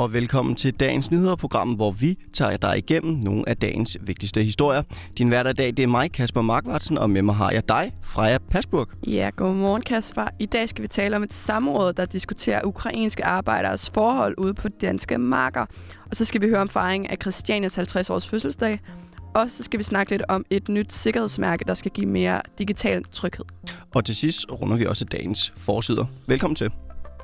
og velkommen til dagens nyhederprogram, hvor vi tager dig igennem nogle af dagens vigtigste historier. Din hverdag i dag, det er mig, Kasper Markvartsen, og med mig har jeg dig, Freja Pasburg. Ja, godmorgen Kasper. I dag skal vi tale om et samråd, der diskuterer ukrainske arbejderes forhold ude på danske marker. Og så skal vi høre om fejringen af Christianias 50 års fødselsdag. Og så skal vi snakke lidt om et nyt sikkerhedsmærke, der skal give mere digital tryghed. Og til sidst runder vi også dagens forsider. Velkommen til.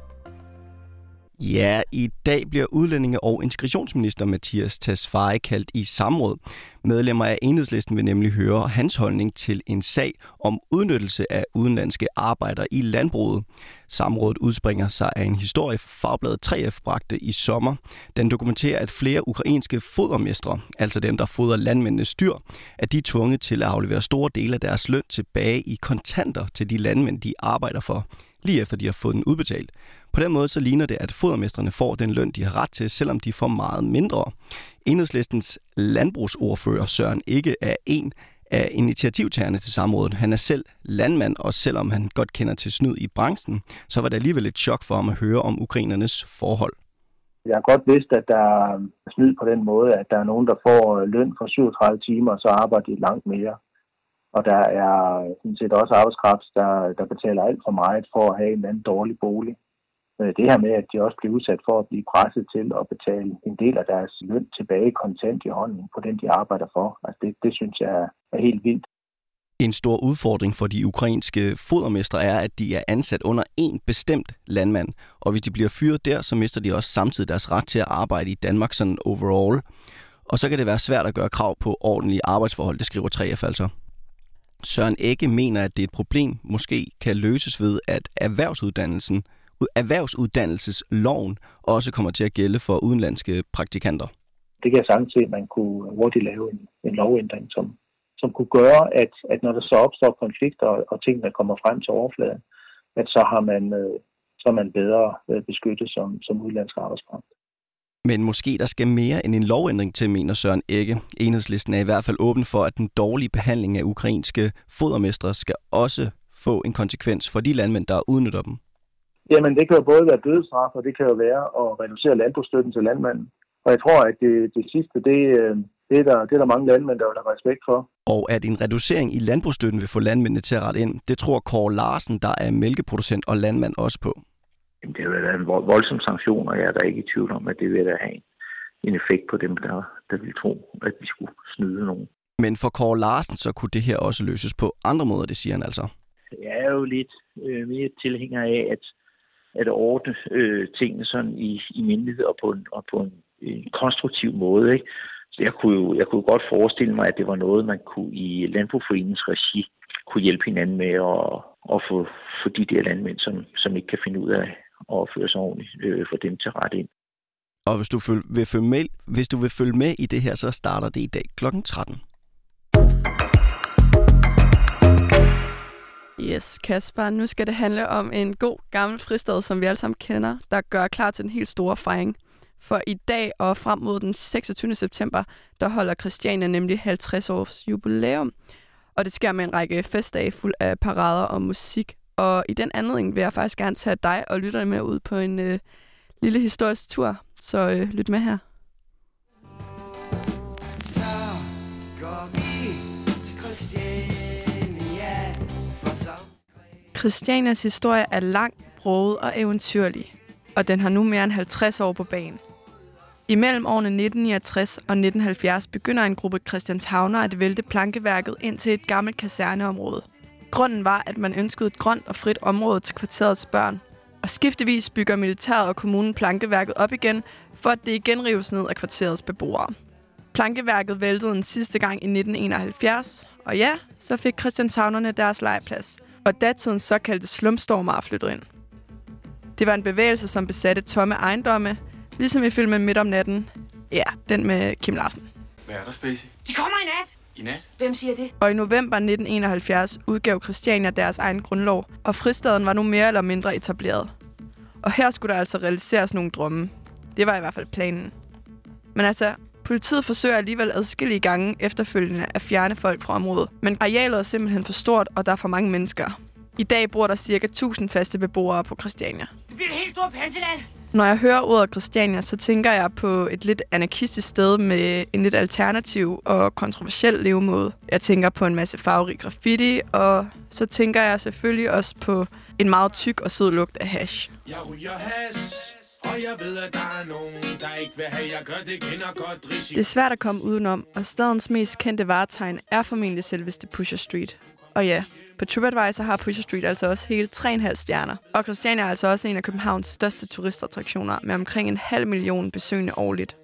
Ja, i dag bliver udlændinge- og integrationsminister Mattias Tesfaye kaldt i samråd. Medlemmer af Enhedslisten vil nemlig høre hans holdning til en sag om udnyttelse af udenlandske arbejdere i landbruget. Samrådet udspringer sig af en historie, fagbladet 3F bragte i sommer. Den dokumenterer, at flere ukrainske fodermestre, altså dem, der fodrer landmændenes dyr, at de er tvunget til at aflevere store dele af deres løn tilbage i kontanter til de landmænd, de arbejder for, lige efter de har fået den udbetalt. På den måde så ligner det, at fodermestrene får den løn, de har ret til, selvom de får meget mindre. Enhedslistens landbrugsordfører Søren Egge er en af initiativtagerne til samrådet. Han er selv landmand, og selvom han godt kender til snyd i branchen, så var det alligevel et chok for ham at høre om ukrainernes forhold. Jeg har godt vidst, at der er snyd på den måde, at der er nogen, der får løn for 37 timer, og så arbejder de langt mere. Og der er sådan set også arbejdskraft, der betaler alt for meget for at have en anden dårlig bolig. Det her med, at de også bliver udsat for at blive presset til at betale en del af deres løn tilbage kontant i hånden på den, de arbejder for. Altså det synes jeg er helt vildt. En stor udfordring for de ukrainske fodermestre er, at de er ansat under en bestemt landmand. Og hvis de bliver fyret der, så mister de også samtidig deres ret til at arbejde i Danmark sådan overall. Og så kan det være svært at gøre krav på ordentlige arbejdsforhold, det skriver 3F altså. Søren Egge mener, at det er et problem, måske kan løses ved, at erhvervsuddannelsesloven også kommer til at gælde for udenlandske praktikanter. Det kan jeg sagtens se, at man kunne hurtigt lave en lovændring, som kunne gøre, at når der så opstår konflikter og ting, der kommer frem til overfladen, at så er man bedre beskyttet som udenlandsk arbejdskraft. Men måske der skal mere end en lovændring til, mener Søren Egge. Enhedslisten er i hvert fald åben for, at den dårlige behandling af ukrainske fodermestre skal også få en konsekvens for de landmænd, der udnytter dem. Jamen, det kan jo både være bødestraf, og det kan jo være at reducere landbrugsstøtten til landmanden. Og jeg tror, at det sidste, det er der mange landmænd, der vil have respekt for. Og at en reducering i landbrugsstøtten vil få landmændene til at rette ind, det tror Kåre Larsen, der er mælkeproducent og landmand, også på. Jamen, det vil være en voldsom sanktion, og jeg er da ikke i tvivl om, at det vil da have en effekt på dem, der vil tro, at vi skulle snyde nogen. Men for Kåre Larsen, så kunne det her også løses på andre måder, det siger han altså. Jeg er jo lidt mere tilhænger af, at ordne tingene sådan i mindelighed og på en konstruktiv måde, ikke? Så jeg kunne godt forestille mig, at det var noget, man kunne i Landbrugsforeningens regi kunne hjælpe hinanden med at få de der landmænd, som ikke kan finde ud af at opføre sig ordentligt, for dem til ret ind. Og hvis du vil følge med i det her, så starter det i dag kl. 13. Yes, Kasper. Nu skal det handle om en god gammel fristad, som vi alle sammen kender, der gør klar til den helt store fejring. For i dag og frem mod den 26. september, der holder Christiania nemlig 50 års jubilæum. Og det sker med en række festdage fuld af parader og musik. Og i den anledning vil jeg faktisk gerne tage dig og lytterne med ud på en lille historisk tur. Så lyt med her. Så går vi til Christiania. Christianias historie er lang, broget og eventyrlig. Og den har nu mere end 50 år på banen. Imellem årene 1969 og 1970 begynder en gruppe christianshavnere at vælte plankeværket ind til et gammelt kaserneområde. Grunden var, at man ønskede et grønt og frit område til kvarterets børn. Og skiftevis bygger militæret og kommunen plankeværket op igen, for at det igen rives ned af kvarterets beboere. Plankeværket væltede en sidste gang i 1971, og ja, så fik christianshavnerne deres legeplads, og datidens såkaldte slumstormere flyttede ind. Det var en bevægelse, som besatte tomme ejendomme, ligesom i filmen Midt om natten. Ja, den med Kim Larsen. Hvad er der, Spacey? De kommer i nat! I nat? Hvem siger det? Og i november 1971 udgav Christiania deres egen grundlov, og fristaden var nu mere eller mindre etableret. Og her skulle der altså realiseres nogle drømme. Det var i hvert fald planen. Men altså, politiet forsøger alligevel adskillige gange efterfølgende at fjerne folk fra området. Men arealet er simpelthen for stort, og der er for mange mennesker. I dag bor der ca. 1000 faste beboere på Christiania. Det bliver det helt store Panseland. Når jeg hører ordet Christiania, så tænker jeg på et lidt anarkistisk sted med en lidt alternativ og kontroversiel levemåde. Jeg tænker på en masse farverig graffiti, og så tænker jeg selvfølgelig også på en meget tyk og sød lugt af hash. Jeg ryger hash, og jeg ved, at der er nogen, der ikke vil have, jeg gør det, kender godt regi. Det er svært at komme udenom, og stedens mest kendte varetegn er formentlig selveste Pusher Street. Og ja, på TripAdvisor har Pusher Street altså også hele 3,5 stjerner. Og Christiania er altså også en af Københavns største turistattraktioner med omkring 500.000 besøgende årligt.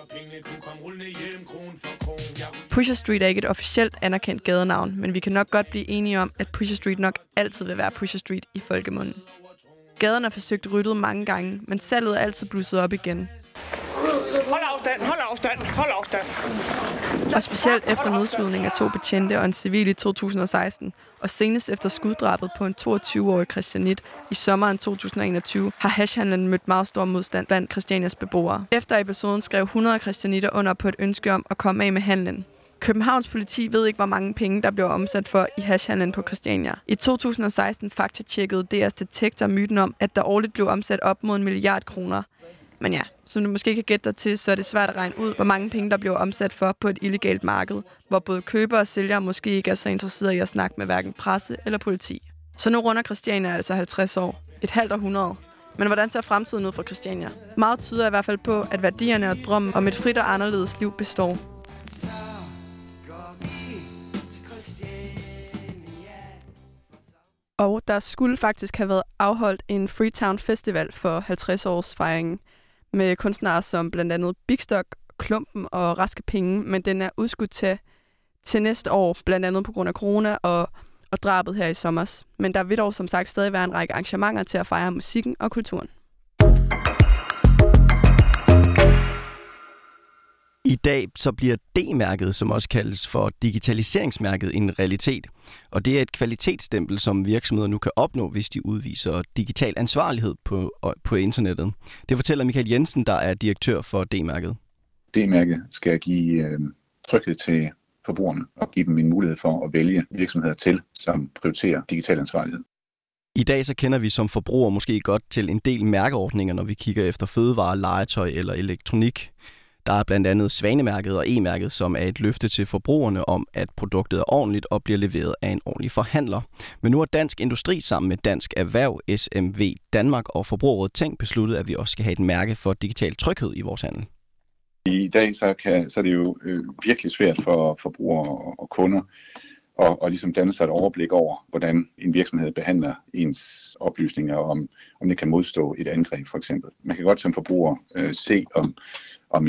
Pusher Street er ikke et officielt anerkendt gadenavn, men vi kan nok godt blive enige om, at Pusher Street nok altid vil være Pusher Street i folkemunden. Gaden er forsøgt ryddet mange gange, men salget er altid blusset op igen. Hold afstand, hold afstand, hold afstand. Og specielt efter nedskydning af 2 betjente og en civil i 2016, og senest efter skuddrabet på en 22-årig christianit i sommeren 2021, har hashhandlen mødt meget stor modstand blandt Christianias beboere. Efter episoden skrev 100 christianitter under på et ønske om at komme af med handlen. Københavns politi ved ikke, hvor mange penge, der blev omsat for i hashhandlen på Christiania. I 2016 faktatjekkede DR's Detektor myten om, at der årligt blev omsat op mod 1 milliard kroner. Men ja, som du måske kan gætte dig til, så er det svært at regne ud, hvor mange penge, der bliver omsat for på et illegalt marked, hvor både køber og sælgere måske ikke er så interesserede i at snakke med hverken presse eller politi. Så nu runder Christiania altså 50 år. Et halvt århundrede. Men hvordan ser fremtiden ud for Christiania? Meget tyder i hvert fald på, at værdierne og drømmen om et frit og anderledes liv består. Og der skulle faktisk have været afholdt en Freetown Festival for 50 års fejringen med kunstnere som blandt andet Big Stock, Klumpen og Raske Penge, men den er udskudt til næste år, blandt andet på grund af corona og drabet her i sommer. Men der vil dog som sagt stadig være en række arrangementer til at fejre musikken og kulturen. I dag så bliver D-mærket, som også kaldes for digitaliseringsmærket, en realitet. Og det er et kvalitetsstempel, som virksomheder nu kan opnå, hvis de udviser digital ansvarlighed på internettet. Det fortæller Michael Jensen, der er direktør for D-mærket. D-mærket skal give tryghed til forbrugerne og give dem en mulighed for at vælge virksomheder til, som prioriterer digital ansvarlighed. I dag så kender vi som forbrugere måske godt til en del mærkeordninger, når vi kigger efter fødevarer, legetøj eller elektronik. Der er blandt andet Svanemærket og E-mærket, som er et løfte til forbrugerne om, at produktet er ordentligt og bliver leveret af en ordentlig forhandler. Men nu har Dansk Industri sammen med Dansk Erhverv, SMV Danmark og Forbrugerrådet Tænk besluttet, at vi også skal have et mærke for digital tryghed i vores handel. I dag så er det jo virkelig svært for forbrugere og kunder og ligesom danne sig et overblik over, hvordan en virksomhed behandler ens oplysninger, om det kan modstå et angreb for eksempel. Man kan godt som forbruger se, om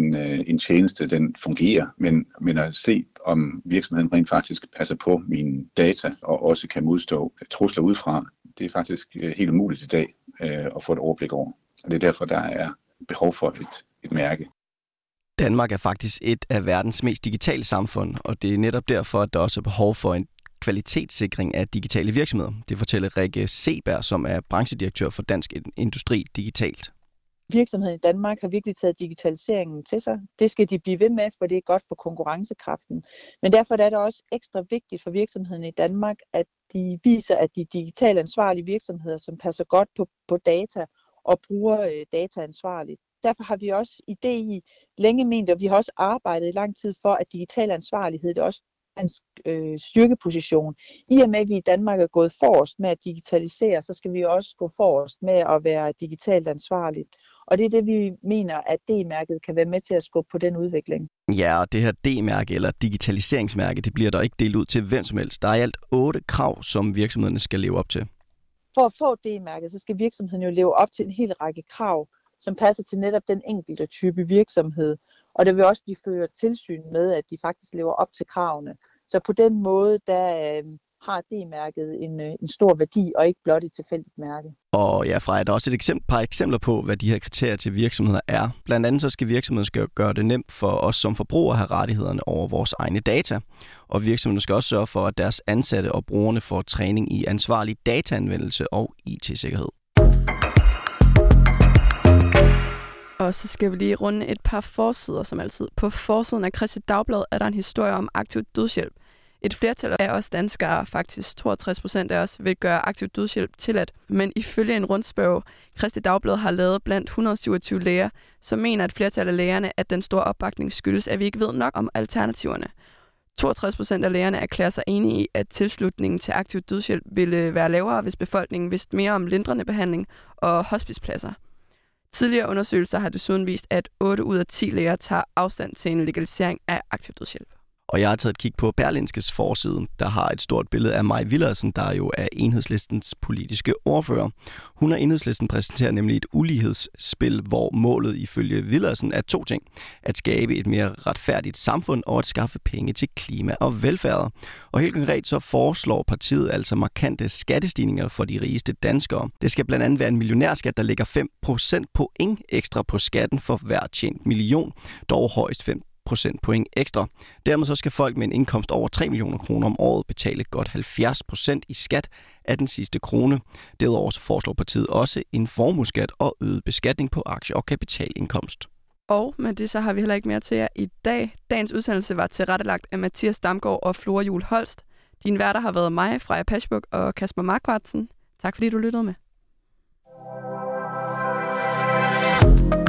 en tjeneste den fungerer, men at se, om virksomheden rent faktisk passer på mine data og også kan modstå trusler udefra, det er faktisk helt umuligt i dag at få et overblik over. Og det er derfor, der er behov for et mærke. Danmark er faktisk et af verdens mest digitale samfund, og det er netop derfor, at der også er behov for en kvalitetssikring af digitale virksomheder. Det fortæller Rikke Seberg, som er branchedirektør for Dansk Industri Digitalt. Virksomheden i Danmark har virkelig taget digitaliseringen til sig. Det skal de blive ved med, for det er godt for konkurrencekraften. Men derfor er det også ekstra vigtigt for virksomheden i Danmark, at de viser, at de er digitalt ansvarlige virksomheder, som passer godt på data og bruger data ansvarligt. Derfor har vi også idé i længe ment, og vi har også arbejdet i lang tid for, at digital ansvarlighed det også er en styrkeposition. I og med, at vi i Danmark er gået forrest med at digitalisere, så skal vi også gå forrest med at være digitalt ansvarligt. Og det er det, vi mener, at D-mærket kan være med til at skubbe på den udvikling. Ja, og det her D-mærke eller digitaliseringsmærke, det bliver der ikke delt ud til hvem som helst. Der er i alt 8 krav, som virksomhederne skal leve op til. For at få D-mærket, så skal virksomheden jo leve op til en hel række krav, som passer til netop den enkelte type virksomhed. Og der vil også blive ført tilsyn med, at de faktisk lever op til kravene. Så på den måde, der har D-mærket en stor værdi, og ikke blot et tilfældigt mærke. Og ja, Freja, der er også et par eksempler på, hvad de her kriterier til virksomheder er. Blandt andet så skal virksomheden gøre det nemt for os som forbrugere at have rettighederne over vores egne data. Og virksomheden skal også sørge for, at deres ansatte og brugerne får træning i ansvarlig dataanvendelse og IT-sikkerhed. Og så skal vi lige runde et par forsider, som altid. På forsiden af Kristeligt Dagblad er der en historie om aktiv dødshjælp. Et flertal af os danskere, faktisk 62% af os, vil gøre aktiv dødshjælp tilladt. Men ifølge en rundspørge, Kristeligt Dagblad har lavet blandt 127 læger, så mener et flertal af lægerne, at den store opbakning skyldes, at vi ikke ved nok om alternativerne. 62% af lægerne erklærer sig enige i, at tilslutningen til aktiv dødshjælp ville være lavere, hvis befolkningen vidste mere om lindrende behandling og hospicepladser. Tidligere undersøgelser har desuden vist, at 8 ud af 10 læger tager afstand til en legalisering af aktiv dødshjælp. Og jeg har taget et kig på Berlingskes forside, der har et stort billede af Mai Villadsen, der jo er Enhedslistens politiske ordfører. Hun og Enhedslisten præsenterer nemlig et ulighedsspil, hvor målet ifølge Villadsen er 2 ting. At skabe et mere retfærdigt samfund og at skaffe penge til klima og velfærd. Og helt konkret så foreslår partiet altså markante skattestigninger for de rigeste danskere. Det skal blandt andet være en millionærskat, der lægger 5% point ekstra på skatten for hver tjent million, dog højst 5 procentpoint ekstra. Dermed så skal folk med en indkomst over 3 millioner kroner om året betale godt 70% i skat af den sidste krone. Derudover så foreslår partiet også en formueskat og øget beskatning på aktie- og kapitalindkomst. Og med det så har vi heller ikke mere til jer i dag. Dagens udsendelse var tilrettelagt af Mathias Damgaard og Flora Juhl Holst. Dine værter har været mig, Freja Pashbuk og Kasper Markvartsen. Tak fordi du lyttede med.